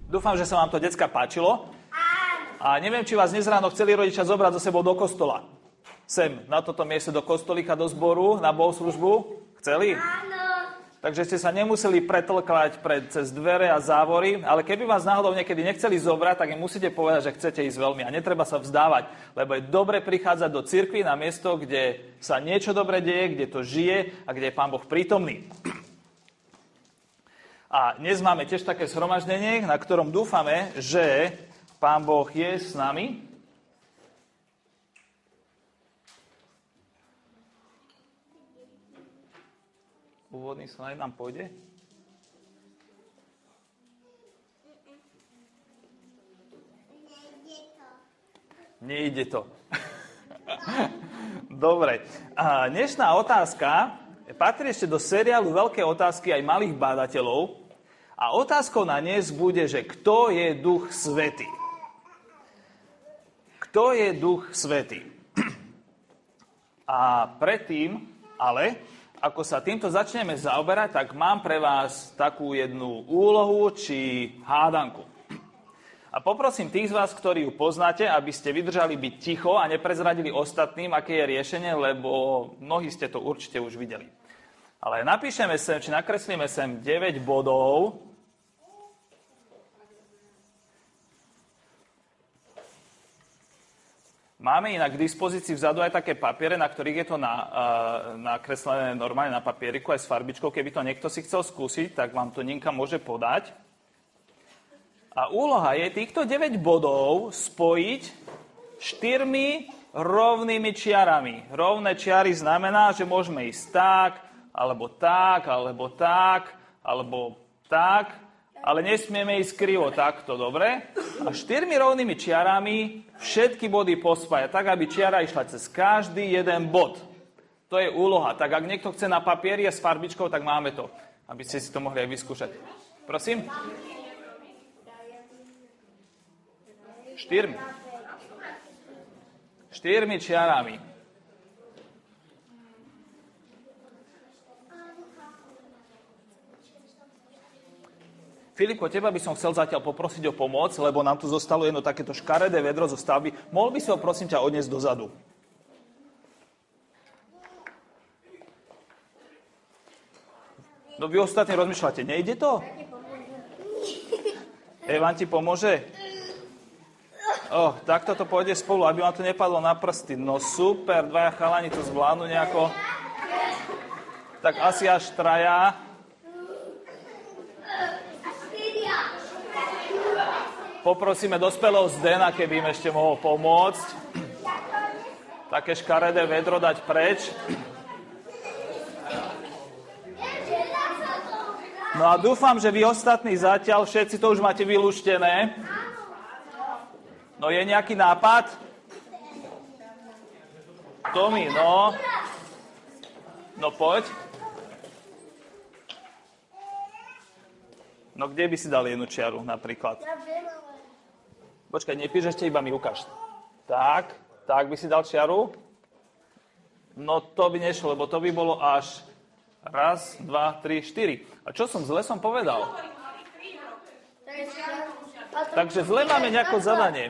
Dúfam, že sa vám to, decka, páčilo. A neviem, či vás dnes ráno chceli rodičia zobrať so sebou do kostola. Sem, na toto miesto do kostolíka, do zboru, na bohoslužbu. Chceli? Áno. Takže ste sa nemuseli pretlkať cez dvere a závory, ale keby vás náhodou niekedy nechceli zobrať, tak im musíte povedať, že chcete ísť veľmi. A netreba sa vzdávať, lebo je dobre prichádzať do cirkvi na miesto, kde sa niečo dobre deje, kde to žije a kde je Pán Boh prítomný. A dnes máme tiež také zhromaždenie, na ktorom dúfame, že Pán Boh je s nami. Úvodný slajd nám pôjde? Nejde to. Dobre. A dnešná otázka patrí ešte do seriálu Veľké otázky aj malých bádateľov. A otázkou na dnes bude, že kto je Duch Svätý? Kto je Duch Svätý? A predtým, ale, ako sa týmto začneme zaoberať, tak mám pre vás takú jednu úlohu či hádanku. A poprosím tých z vás, ktorí ju poznáte, aby ste vydržali byť ticho a neprezradili ostatným, aké je riešenie, lebo mnohí ste to určite už videli. Ale napíšeme sem, či nakreslíme sem 9 bodov. Máme inak k dispozícii vzadu aj také papiere, na ktorých je to nakreslené normálne na papieriku, aj s farbičkou. Keby to niekto si chcel skúsiť, tak vám to Ninka môže podať. A úloha je týchto 9 bodov spojiť 4 rovnými čiarami. Rovné čiary znamená, že môžeme ísť tak, alebo tak, alebo tak, alebo tak, ale nesmieme ísť krivo takto, dobre? A 4 rovnými čiarami všetky body pospájať, tak aby čiara išla cez každý jeden bod. To je úloha. Tak ak niekto chce na papieri a s farbičkou, tak máme to, aby ste si to mohli aj vyskúšať. Prosím? 4 čiarami. Filipko, teba by som chcel zatiaľ poprosiť o pomoc, lebo nám tu zostalo jedno takéto škaredé vedro zo stavby. Mohol by si ho, prosím ťa, odniesť dozadu? No vy ostatní rozmýšľate, nejde to? Evan ti pomôže? Takto to pôjde spolu, aby vám to nepadlo na prsty. No super, dvaja chalani to zvládnu nejako. Tak asi až traja. Poprosíme dospelého Zdena, keby im ešte mohol pomôcť. Také škaredé vedro dať preč. No a dúfam, že vy ostatní zatiaľ, všetci to už máte vylúštené. No je nejaký nápad? Tomi, no. No poď. No kde by si dal jednu čiaru napríklad? Počkaj, nepíš, ešte iba mi ukáž. Tak by si dal čiaru? No to by nešlo, lebo to by bolo až 1, 2, 3, 4. A čo som zle povedal? Takže zle máme nejaké zadanie.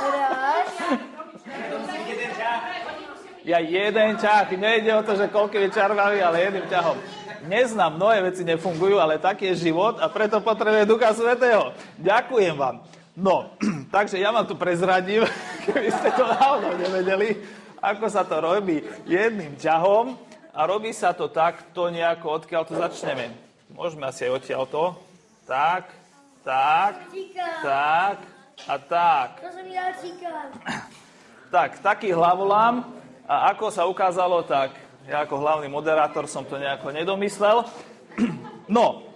Ja jeden ťah. Nejde o to, že koľkými čarvami, ale jedným ťahom. Neznám, mnohé veci nefungujú, ale taký je život a preto potrebuje Ducha Svätého. Ďakujem vám. No, takže ja vám tu prezradím, keby ste to náhodou nevedeli, ako sa to robí jedným ťahom a robí sa to takto nejako, odkiaľ to začneme. Môžeme asi aj odtiaľto. Tak a tak. To som mi dal číkať. Tak, taký hlavolám a ako sa ukázalo, tak ja ako hlavný moderátor som to nejako nedomyslel. No.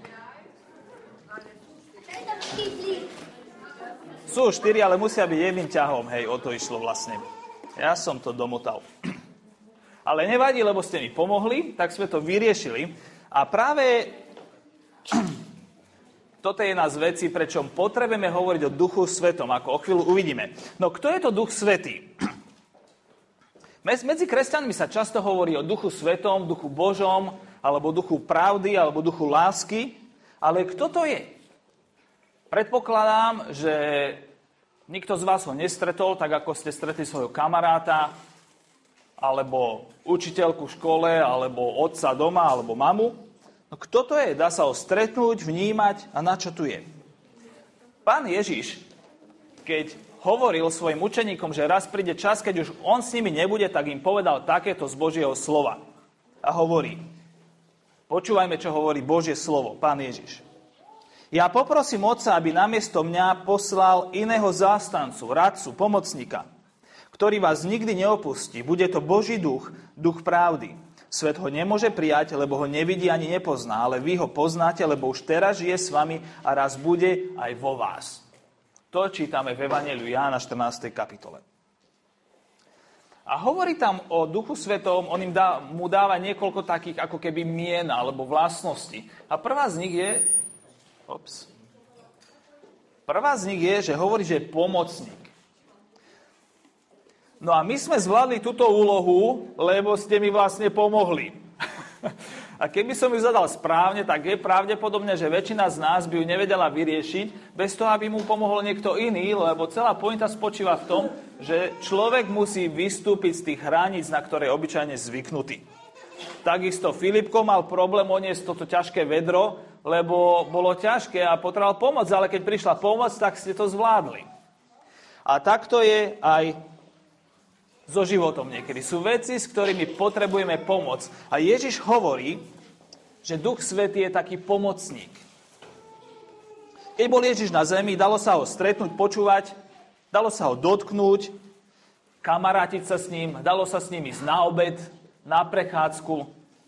Sú 4, ale musia byť jedným ťahom, hej, o to išlo vlastne. Ja som to domotal. Ale nevadí, lebo ste mi pomohli, tak sme to vyriešili. A práve toto je jedna z vecí, prečo potrebujeme hovoriť o Duchu Svätom, ako o chvíľu uvidíme. No kto je to Duch Svätý? Medzi kresťanmi sa často hovorí o Duchu Svätom, Duchu Božom, alebo Duchu pravdy, alebo Duchu lásky. Ale kto to je? Predpokladám, že nikto z vás ho nestretol, tak ako ste stretli svojho kamaráta, alebo učiteľku v škole, alebo otca doma, alebo mamu. No kto to je? Dá sa ho stretnúť, vnímať a na čo tu je? Pán Ježiš, keď hovoril svojim učeníkom, že raz príde čas, keď už on s nimi nebude, tak im povedal takéto z Božieho slova. A hovorí, počúvajme, čo hovorí Božie slovo, Pán Ježiš. Ja poprosím Otca, aby namiesto mňa poslal iného zástancu, radcu, pomocníka, ktorý vás nikdy neopustí. Bude to Boží duch, duch pravdy. Svet ho nemôže prijať, lebo ho nevidí ani nepozná, ale vy ho poznáte, lebo už teraz žije s vami a raz bude aj vo vás. To čítame v Evanjeliu Jána 14. kapitole. A hovorí tam o Duchu Svetom, on mu dáva niekoľko takých ako keby mien alebo vlastností. A prvá z nich je, že hovorí, že je pomocník. No a my sme zvládli túto úlohu, lebo ste mi vlastne pomohli. A keby som ju zadal správne, tak je pravdepodobné, že väčšina z nás by ju nevedela vyriešiť, bez toho, aby mu pomohol niekto iný, lebo celá pointa spočíva v tom, že človek musí vystúpiť z tých hraníc, na ktoré je obyčajne zvyknutý. Takisto Filipko mal problém oniesť toto ťažké vedro, lebo bolo ťažké a potreboval pomoc, ale keď prišla pomoc, tak ste to zvládli. A takto je aj so životom niekedy. Sú veci, s ktorými potrebujeme pomoc. A Ježiš hovorí, že Duch Svätý je taký pomocník. Keď bol Ježiš na zemi, dalo sa ho stretnúť, počúvať, dalo sa ho dotknúť, kamarátiť sa s ním, dalo sa s ním ísť na obed, na prechádzku.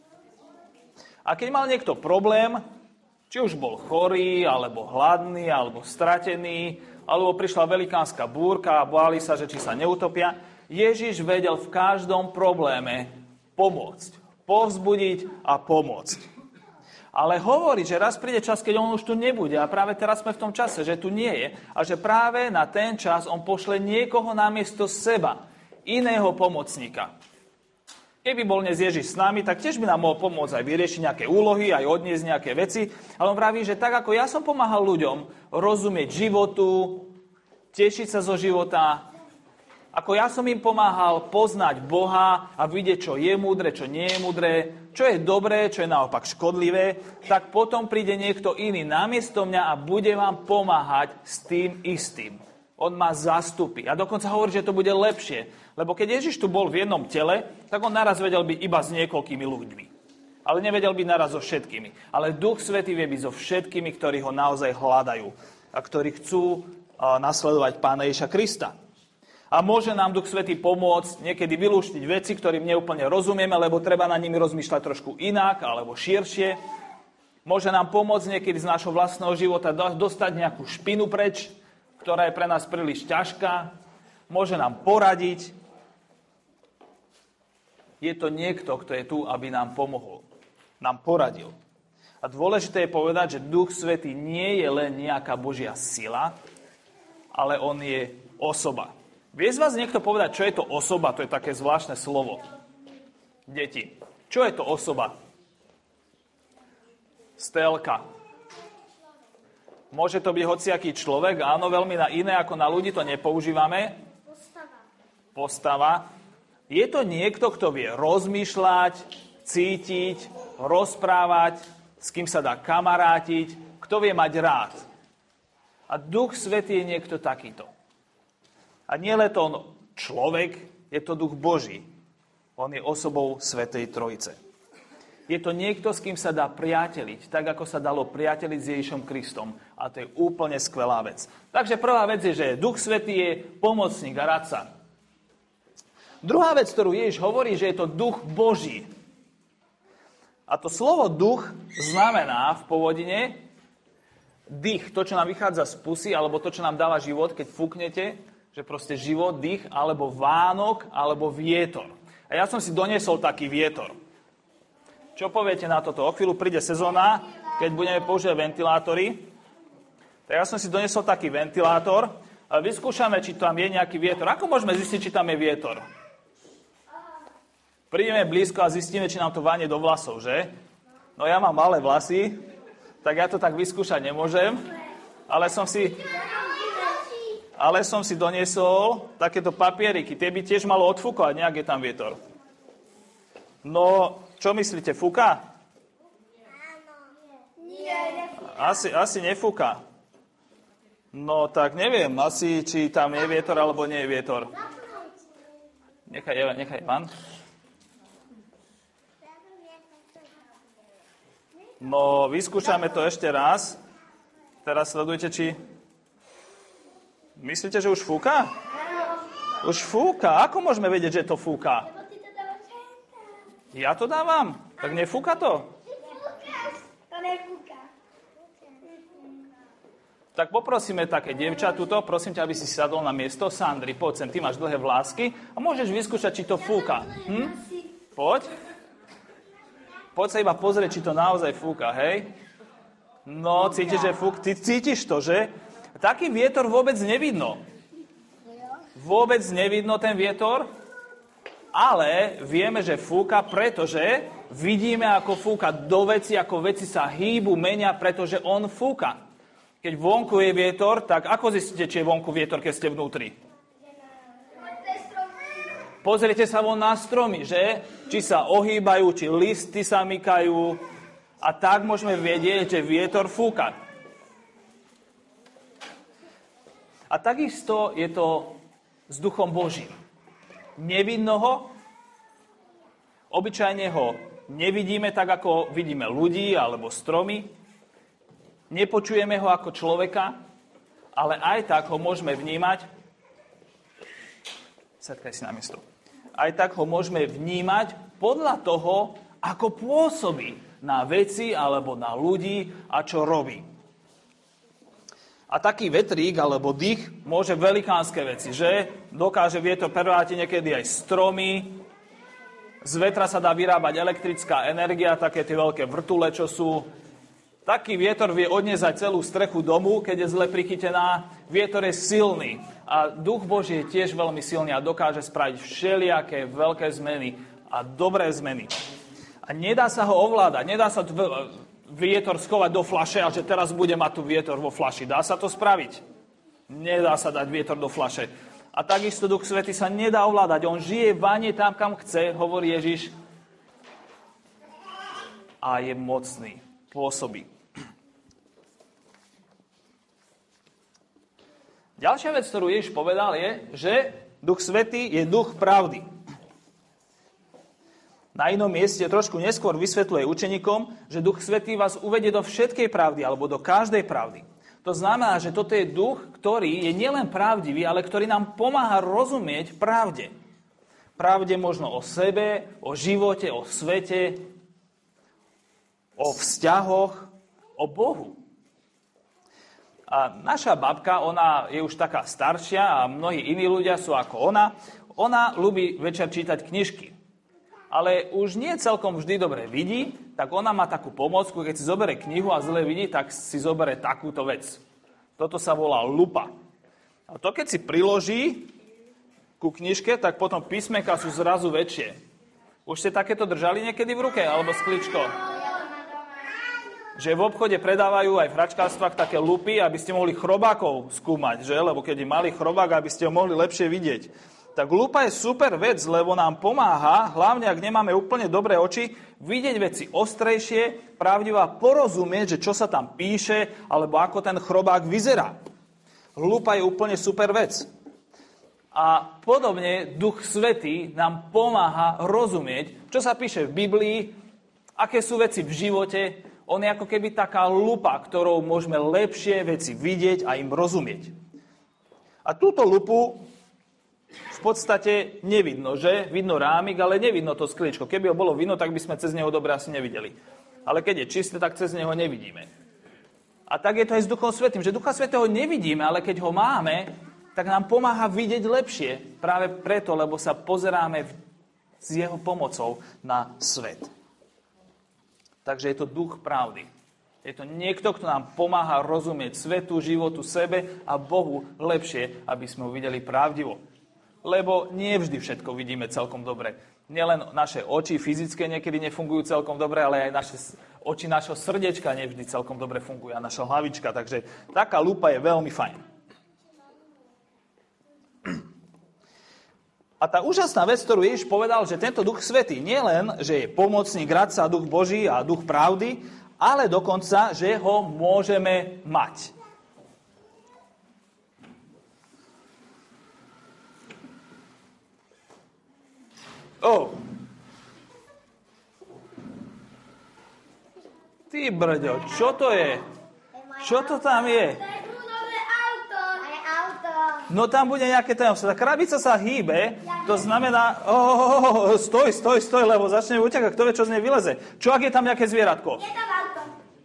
A keď mal niekto problém, či už bol chorý, alebo hladný, alebo stratený, alebo prišla velikánska búrka a báli sa, že či sa neutopia, Ježiš vedel v každom probléme pomôcť, povzbudiť a pomôcť. Ale hovorí, že raz príde čas, keď on už tu nebude a práve teraz sme v tom čase, že tu nie je a že práve na ten čas on pošle niekoho namiesto seba, iného pomocníka. Keby bol dnes Ježiš s nami, tak tiež by nám mohol pomôcť aj vyriešiť nejaké úlohy, aj odniesť nejaké veci. Ale on vraví, že tak ako ja som pomáhal ľuďom rozumieť životu, tešiť sa zo života, ako ja som im pomáhal poznať Boha a vidieť, čo je múdre, čo nie je múdre, čo je dobré, čo je naopak škodlivé, tak potom príde niekto iný namiesto mňa a bude vám pomáhať s tým istým. On ma zastupí. A dokonca hovorí, že to bude lepšie. Lebo keď Ježiš tu bol v jednom tele, tak on naraz vedel byť iba s niekoľkými ľuďmi. Ale nevedel byť naraz so všetkými. Ale Duch Svätý vie byť so všetkými, ktorí ho naozaj hľadajú a ktorí chcú nasledovať Pána Ježiša Krista. A môže nám Duch Svätý pomôcť niekedy vylúštiť veci, ktorým neúplne rozumieme, lebo treba na nimi rozmýšľať trošku inak alebo širšie. Môže nám pomôcť niekedy z nášho vlastného života dostať nejakú špinu preč, ktorá je pre nás príliš ťažká. Môže nám poradiť. Je to niekto, kto je tu, aby nám pomohol. Nám poradil. A dôležité je povedať, že Duch Svätý nie je len nejaká Božia sila, ale on je osoba. Vie z vás niekto povedať, čo je to osoba? To je také zvláštne slovo. Deti, čo je to osoba? Stelka. Môže to byť hociaký človek, áno, veľmi na iné ako na ľudí to nepoužívame. Postava. Je to niekto, kto vie rozmýšľať, cítiť, rozprávať, s kým sa dá kamarátiť, kto vie mať rád. A Duch Svätý je niekto takýto. A nie len to človek, je to Duch Boží. On je osobou Svätej Trojice. Je to niekto, s kým sa dá priateliť, tak ako sa dalo priateliť s Ježišom Kristom. A to je úplne skvelá vec. Takže prvá vec je, že Duch Svätý je pomocník a radca. Druhá vec, ktorú Ježiš hovorí, že je to Duch Boží. A to slovo duch znamená v pôvodine dých, to, čo nám vychádza z pusy, alebo to, čo nám dáva život, keď fúknete, že proste život, dých, alebo vánok, alebo vietor. A ja som si doniesol taký vietor. Čo poviete na toto? O chvíľu príde sezóna, keď budeme používať ventilátory. Tak ja som si doniesol taký ventilátor a vyskúšame, či tam je nejaký vietor. Ako môžeme zistiť, či tam je vietor? Prídeme blízko a zistíme, či nám to vánie do vlasov, že? No ja mám malé vlasy, tak ja to tak vyskúšať nemôžem. Ale som si doniesol takéto papieriky. Tie by tiež malo odfúkovať, nejak je tam vietor. No, čo myslíte, fúka? Asi nefúka. No, tak neviem, asi, či tam je vietor, alebo nie je vietor. Nechaj Ivan. No, vyskúšame to ešte raz. Teraz sledujte, či... Myslíte, že už fúka? Už fúka. Ako môžeme vedieť, že to fúka? Ja to dávam? Tak nefúka to? To nefúka. Tak poprosíme také dievča tuto. Prosím ťa, aby si sadol na miesto. Sandri, poď sem, ty máš dlhé vlásky a môžeš vyskúšať, či to fúka. Poď. Poď sa iba pozrieť, či to naozaj fúka, hej? No, cítiš, že fúk? Ty cítiš to, že? Taký vietor vôbec nevidno. Vôbec nevidno ten vietor, ale vieme, že fúka, pretože vidíme, ako fúka do veci, ako veci sa hýbu, menia, pretože on fúka. Keď vonku je vietor, tak ako zistíte, či je vonku vietor, keď ste vnútri? Pozrite sa von na stromy, že? Či sa ohýbajú, či listy sa mykajú. A tak môžeme vedieť, že vietor fúka. A takisto je to s Duchom Božím. Nevidno ho, obyčajne ho nevidíme tak, ako vidíme ľudí alebo stromy. Nepočujeme ho ako človeka, ale aj tak ho môžeme vnímať. Sadkaj si na miesto. Aj tak ho môžeme vnímať podľa toho, ako pôsobí na veci alebo na ľudí a čo robí. A taký vetrík alebo dých môže velikánske veci, že? Dokáže vietor prevrátiť niekedy aj stromy. Z vetra sa dá vyrábať elektrická energia, také tie veľké vrtule, čo sú. Taký vietor vie odniesať celú strechu domu, keď je zle prichytená. Vietor je silný. A Duch Boží je tiež veľmi silný a dokáže spraviť všelijaké veľké zmeny a dobré zmeny. A nedá sa ho ovládať, nedá sa vietor schovať do fľaše a že teraz bude mať tu vietor vo fľaši. Dá sa to spraviť? Nedá sa dať vietor do fľaše. A takisto Duch Svätý sa nedá ovládať. On žije vanie tam, kam chce, hovorí Ježiš. A je mocný. Pôsobí. Ďalšia vec, ktorú Ježiš povedal, je, že Duch Svätý je duch pravdy. Na inom mieste trošku neskôr vysvetľuje učeníkom, že Duch Svätý vás uvedie do všetkej pravdy alebo do každej pravdy. To znamená, že toto je duch, ktorý je nielen pravdivý, ale ktorý nám pomáha rozumieť pravde. Pravde možno o sebe, o živote, o svete, o vzťahoch, o Bohu. A naša babka, ona je už taká staršia a mnohí iní ľudia sú ako ona. Ona ľúbi večer čítať knižky. Ale už nie celkom vždy dobre vidí, tak ona má takú pomôcku, keď si zoberie knihu a zle vidí, tak si zoberie takúto vec. Toto sa volá lupa. A to keď si priloží ku knižke, tak potom písmenka sú zrazu väčšie. Už ste takéto držali niekedy v ruke, alebo skličko? Že v obchode predávajú aj v hračkárstvách také lupy, aby ste mohli chrobákov skúmať, že? Lebo keď je malý chrobák, aby ste ho mohli lepšie vidieť. Tak lupa je super vec, lebo nám pomáha, hlavne ak nemáme úplne dobré oči, vidieť veci ostrejšie, pravdivo a porozumieť, že čo sa tam píše, alebo ako ten chrobák vyzerá. Lupa je úplne super vec. A podobne Duch Svätý nám pomáha rozumieť, čo sa píše v Biblii, aké sú veci v živote. On je ako keby taká lupa, ktorou môžeme lepšie veci vidieť a im rozumieť. A túto lupu v podstate nevidno, že? Vidno rámik, ale nevidno to sklíčko. Keby ho bolo vidno, tak by sme cez neho dobre asi nevideli. Ale keď je čisté, tak cez neho nevidíme. A tak je to aj s Duchom Svätým, že Ducha Svätého nevidíme, ale keď ho máme, tak nám pomáha vidieť lepšie. Práve preto, lebo sa pozeráme s jeho pomocou na svet. Takže je to duch pravdy. Je to niekto, kto nám pomáha rozumieť svetu, životu, sebe a Bohu lepšie, aby sme ho videli pravdivo. Lebo nie vždy všetko vidíme celkom dobre. Nielen naše oči fyzické niekedy nefungujú celkom dobre, ale aj naše oči našho srdiečka nevždy celkom dobre fungujú a naša hlavička, takže taká lupa je veľmi fajn. A tá úžasná vec, ktorú Ježiš povedal, že tento Duch Svätý nie len, že je pomocník, radca, Duch Boží a Duch pravdy, ale dokonca, že ho môžeme mať. Ty brďo, čo to je? Čo to tam je? No tam bude nejaké tajomstvo. Tá krabica sa hýbe, to znamená, stoj, lebo začne utekať, kto vie, čo z nej vyleze. Čo ak je tam nejaké zvieratko? Je tam auto.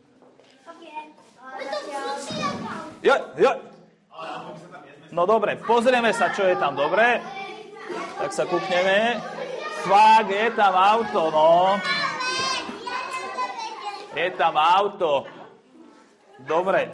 Jo. No dobre, pozrieme sa, čo je tam, dobre? Tak sa kúkneme. Fakt, je tam auto, no. Je tam auto. Dobre.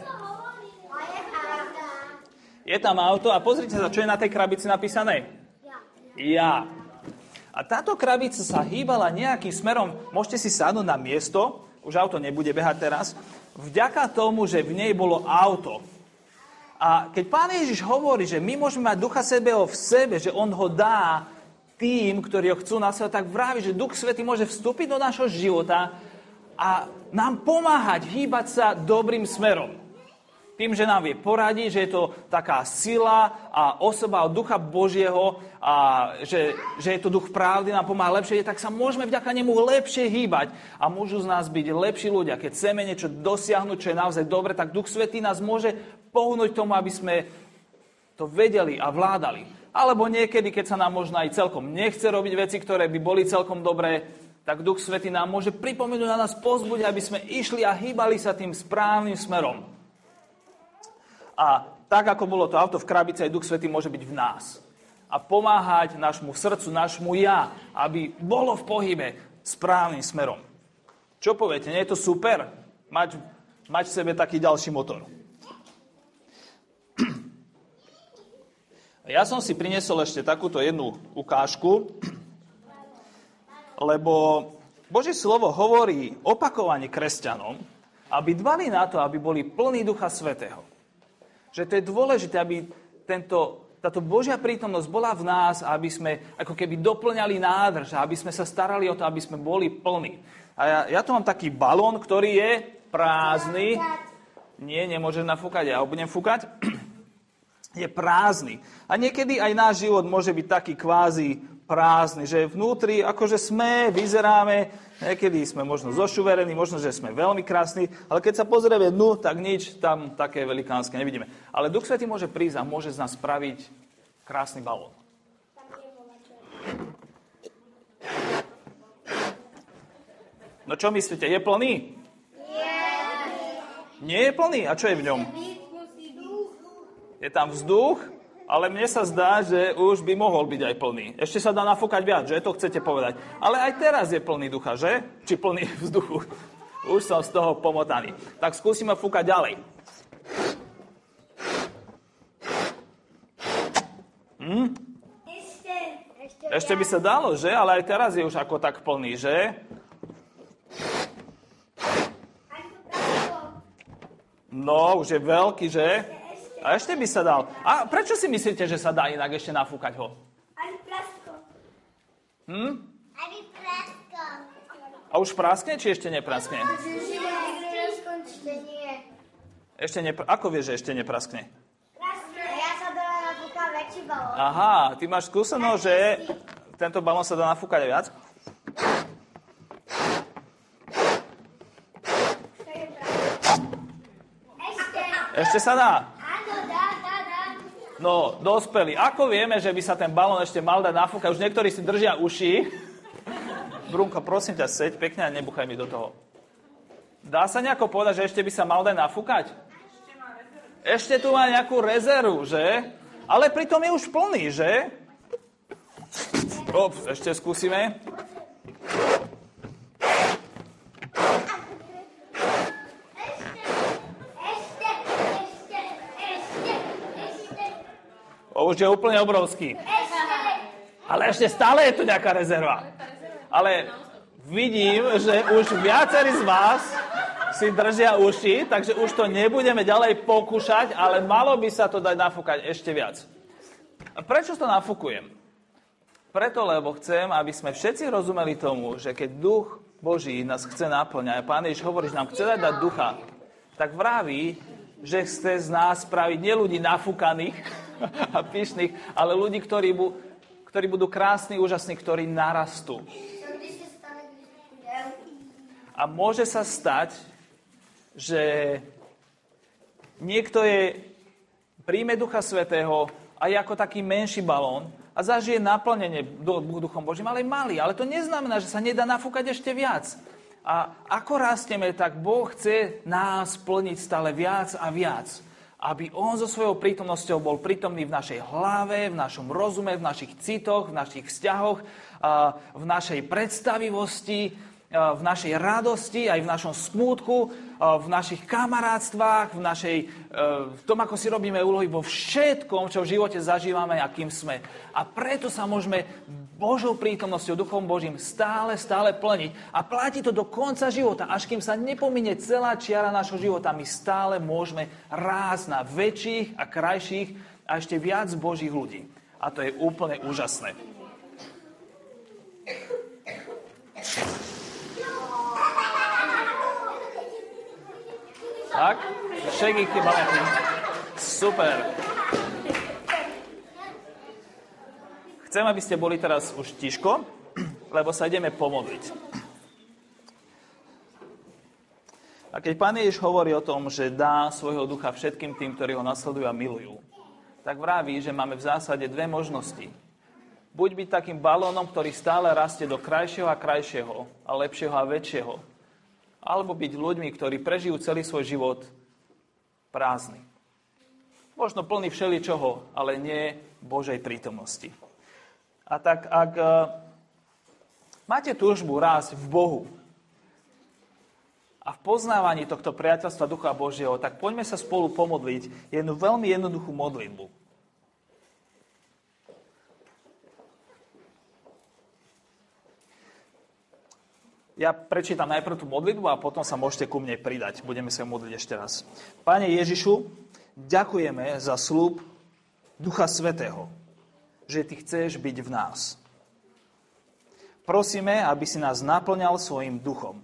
Je tam auto a pozrite sa, čo je na tej krabici napísané. Ja. A táto krabica sa hýbala nejakým smerom. Môžete si sadnúť na miesto, už auto nebude behať teraz, vďaka tomu, že v nej bolo auto. A keď Pán Ježiš hovorí, že my môžeme mať Ducha Svätého v sebe, že on ho dá tým, ktorí ho chcú nasledovať, tak vraví, že Duch Svätý môže vstúpiť do nášho života a nám pomáhať, hýbať sa dobrým smerom. Tým, že nám vie poradiť, že je to taká sila a osoba od Ducha Božieho a že je to Duch pravdy, nám pomáha lepšie, tak sa môžeme vďaka nemu lepšie hýbať a môžu z nás byť lepší ľudia. Keď chceme niečo dosiahnuť, čo je naozaj dobre, tak Duch Svätý nás môže pohnúť tomu, aby sme to vedeli a vládali. Alebo niekedy, keď sa nám možno aj celkom nechce robiť veci, ktoré by boli celkom dobré, tak Duch Svätý nám môže pripomenúť a nás povzbudiť, aby sme išli a hýbali sa tým správnym smerom. A tak, ako bolo to auto v krabici, aj Duch Svätý môže byť v nás. A pomáhať nášmu srdcu, nášmu ja, aby bolo v pohybe správnym smerom. Čo poviete, nie je to super? Mať v sebe taký ďalší motor. Ja som si priniesol ešte takúto jednu ukážku, lebo Božie slovo hovorí opakovane kresťanom, aby dbali na to, aby boli plní Ducha Svätého. Že to je dôležité, aby táto Božia prítomnosť bola v nás, aby sme ako keby doplňali nádrž, aby sme sa starali o to, aby sme boli plní. A ja tu mám taký balón, ktorý je prázdny. Nie, nemôžeš nafúkať, ja ho budem fúkať. Je prázdny. A niekedy aj náš život môže byť taký kvázi prázdny, že vnútri akože vyzeráme, niekedy sme možno zošuverení, možno, že sme veľmi krásni, ale keď sa pozrieme dnu, tak nič tam také velikánske nevidíme. Ale Duch Svätý môže prísť a môže z nás spraviť krásny balón. No čo myslíte, je plný? Nie je plný? A čo je v ňom? Je tam vzduch, ale mne sa zdá, že už by mohol byť aj plný. Ešte sa dá nafúkať viac, že? To chcete povedať. Ale aj teraz je plný ducha, že? Či plný vzduchu. Už som z toho pomotaný. Tak skúsime fúkať ďalej. Ešte by sa dalo, že? Ale aj teraz je už ako tak plný, že? No, už je veľký, že? A ešte by sa dal. A prečo si myslíte, že sa dá inak ešte nafúkať ho? Ani prasko. Ani prasko. A už praskne, či ešte nepraskne? Ešte Ako vieš, že ešte nepraskne? Ja sa dala nafúkať väčší balón. Aha, ty máš skúsenosť, že tento balón sa dá nafúkať aj viac? Ešte sa dá? Áno, dá. No, dospelí. Ako vieme, že by sa ten balón ešte mal dať nafúkať? Už niektorí si držia uši. Brunko, prosím ťa, seď pekne a nebuchaj mi do toho. Dá sa nejako povedať, že ešte by sa mal dať nafúkať? Ešte tu má nejakú rezervu, že? Ale pritom je už plný, že? Ešte skúsime. Už je úplne obrovský. Ale ešte stále je tu nejaká rezerva. Ale Vidím, že už viacerí z vás si držia uši, takže už to nebudeme ďalej pokúšať, ale malo by sa to dať nafúkať ešte viac. A prečo to nafúkujem? Preto, lebo chcem, aby sme všetci rozumeli tomu, že keď Duch Boží nás chce naplňať, a Pán Ježiš hovorí, že nám chce dať ducha, tak vraví, že chce z nás spraviť nie ľudí nafúkaných a pyšných, ale ľudí, ktorí budú krásni, úžasní, ktorí narastú. A môže sa stať, že niekto príjme Ducha Svätého aj ako taký menší balón a zažije naplnenie Duchom Božím, ale malý. Ale to neznamená, že sa nedá nafúkať ešte viac. A ako rastieme, tak Boh chce nás plniť stále viac a viac. Aby On so svojou prítomnosťou bol prítomný v našej hlave, v našom rozume, v našich citoch, v našich vzťahoch, v našej predstavivosti, v našej radosti, aj v našom smútku, v našich kamarátstvách, v tom, ako si robíme úlohy, vo všetkom, čo v živote zažívame a kým sme. A preto sa môžeme Božou prítomnosťou, Duchom Božím stále plniť. A platí to do konca života. Až kým sa nepomine celá čiara našho života, my stále môžeme rásť na väčších a krajších a ešte viac Božích ľudí. A to je úplne úžasné. Tak, šegíky máme tu. Super. Chcem, aby ste boli teraz už tiško, lebo sa ideme pomodliť. A keď Pán Ježiš hovorí o tom, že dá svojho ducha všetkým tým, ktorí ho nasledujú a milujú, tak vraví, že máme v zásade dve možnosti. Buď byť takým balónom, ktorý stále rastie do krajšieho a krajšieho, a lepšieho a väčšieho, alebo byť ľuďmi, ktorí prežijú celý svoj život prázdny. Možno plný všeličoho, ale nie Božej prítomnosti. A tak, ak máte túžbu rásť v Bohu a v poznávaní tohto priateľstva Ducha Božieho, tak poďme sa spolu pomodliť jednu veľmi jednoduchú modlitbu. Ja prečítam najprv tú modlitbu a potom sa môžete ku mne pridať. Budeme sa modliť ešte raz. Pane Ježišu, ďakujeme za sľub Ducha Svätého, že Ty chceš byť v nás. Prosíme, aby si nás naplňal svojim duchom.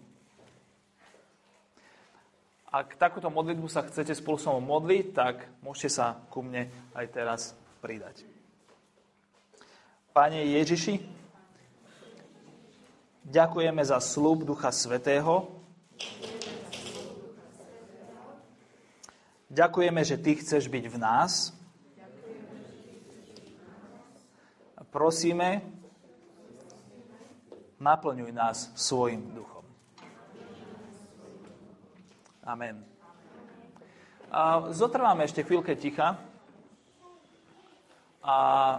Ak takúto modlitbu sa chcete spolu so mnou modliť, tak môžete sa ku mne aj teraz pridať. Pane Ježiši, ďakujeme za sľub Ducha Svätého. Ďakujeme, že Ty chceš byť v nás. A prosíme, naplňuj nás svojim duchom. Amen. A zotrváme ešte chvíľke ticha. A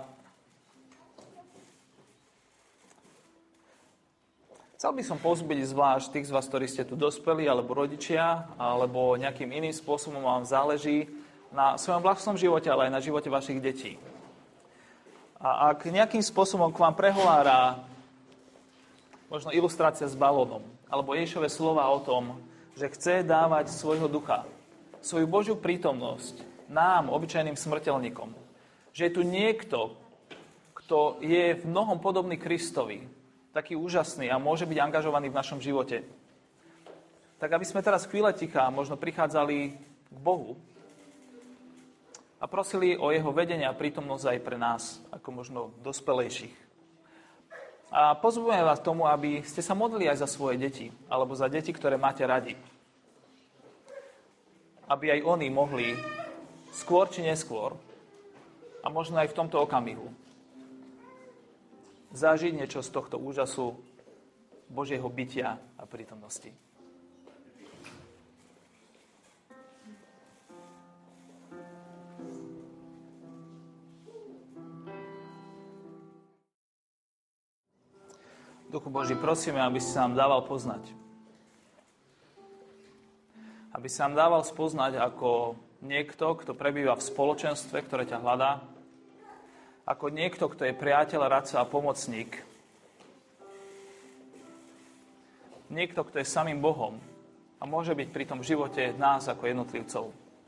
chcel by som povzbudiť zvlášť tých z vás, ktorí ste tu dospeli, alebo rodičia, alebo nejakým iným spôsobom vám záleží na svojom vlastnom živote, ale aj na živote vašich detí. A ak nejakým spôsobom k vám prehovára možno ilustrácia s balónom, alebo Ježišove slova o tom, že chce dávať svojho ducha, svoju Božiu prítomnosť nám, obyčajným smrteľníkom. Že je tu niekto, kto je v mnohom podobný Kristovi, taký úžasný a môže byť angažovaný v našom živote. Tak aby sme teraz chvíle ticha možno prichádzali k Bohu a prosili o jeho vedenie a prítomnosť aj pre nás, ako možno dospelejších. A pozvujeme vás tomu, aby ste sa modlili aj za svoje deti, alebo za deti, ktoré máte radi. Aby aj oni mohli skôr či neskôr, a možno aj v tomto okamihu, zažiť niečo z tohto úžasu Božieho bytia a prítomnosti. Duchu Boží, prosíme, aby si sa nám dával poznať. Aby sa nám dával spoznať ako niekto, kto prebýva v spoločenstve, ktoré ťa hľadá. Ako niekto, kto je priateľ, radca a pomocník. Niekto, kto je samým Bohom a môže byť pri tom živote nás ako jednotlivcov.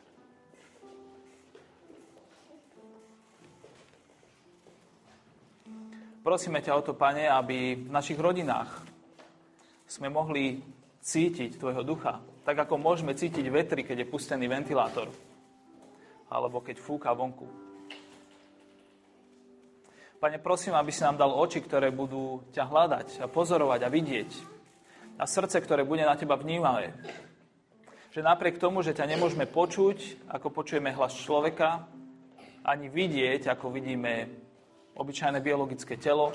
Prosíme ťa o to, Pane, aby v našich rodinách sme mohli cítiť Tvojho ducha, tak ako môžeme cítiť vetry, keď je pustený ventilátor, alebo keď fúka vonku. Pane, prosím, aby si nám dal oči, ktoré budú ťa hľadať a pozorovať a vidieť, a srdce, ktoré bude na teba vnímavé. Že napriek tomu, že ťa nemôžeme počuť, ako počujeme hlas človeka, ani vidieť, ako vidíme obyčajné biologické telo,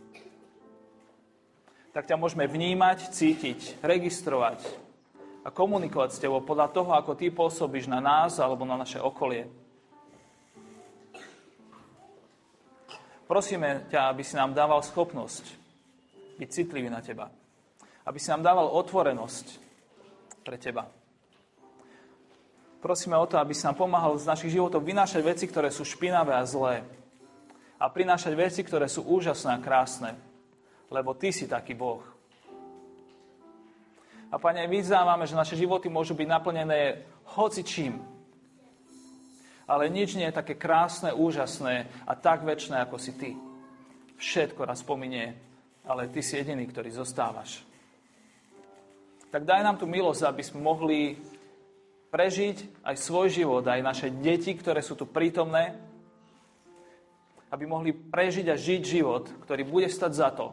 tak ťa môžeme vnímať, cítiť, registrovať a komunikovať s tebou podľa toho, ako ty pôsobíš na nás alebo na naše okolie. Prosíme ťa, aby si nám dával schopnosť byť citlivý na teba. Aby si nám dával otvorenosť pre teba. Prosíme o to, aby si nám pomáhal z našich životov vynášať veci, ktoré sú špinavé a zlé. A prinášať veci, ktoré sú úžasné a krásne. Lebo ty si taký Boh. A Pane, vyznávame, že naše životy môžu byť naplnené hocičím. Ale nič nie je také krásne, úžasné a tak večné, ako si ty. Všetko raz pominie, ale ty si jediný, ktorý zostávaš. Tak daj nám tú milosť, aby sme mohli prežiť aj svoj život, aj naše deti, ktoré sú tu prítomné, aby mohli prežiť a žiť život, ktorý bude stať za to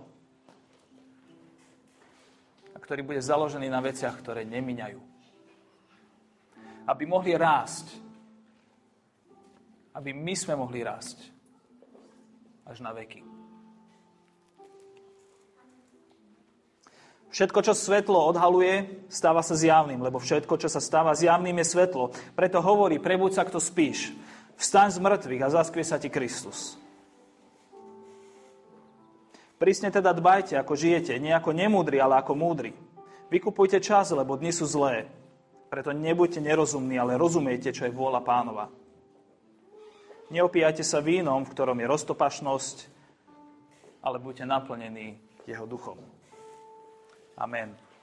a ktorý bude založený na veciach, ktoré nemíňajú. Aby mohli rásť. Aby my sme mohli rásť až na veky. Všetko, čo svetlo odhaluje, stáva sa zjavným, lebo všetko, čo sa stáva zjavným, je svetlo. Preto hovorí, prebuď sa, kto spíš. Vstaň z mŕtvych a zaskvie sa ti Kristus. Prísne teda dbajte, ako žijete, nie ako nemúdri, ale ako múdri. Vykupujte čas, lebo dni sú zlé. Preto nebuďte nerozumní, ale rozumiete, čo je vôľa Pánova. Neopíjajte sa vínom, v ktorom je roztopašnosť, ale buďte naplnení jeho duchom. Amen.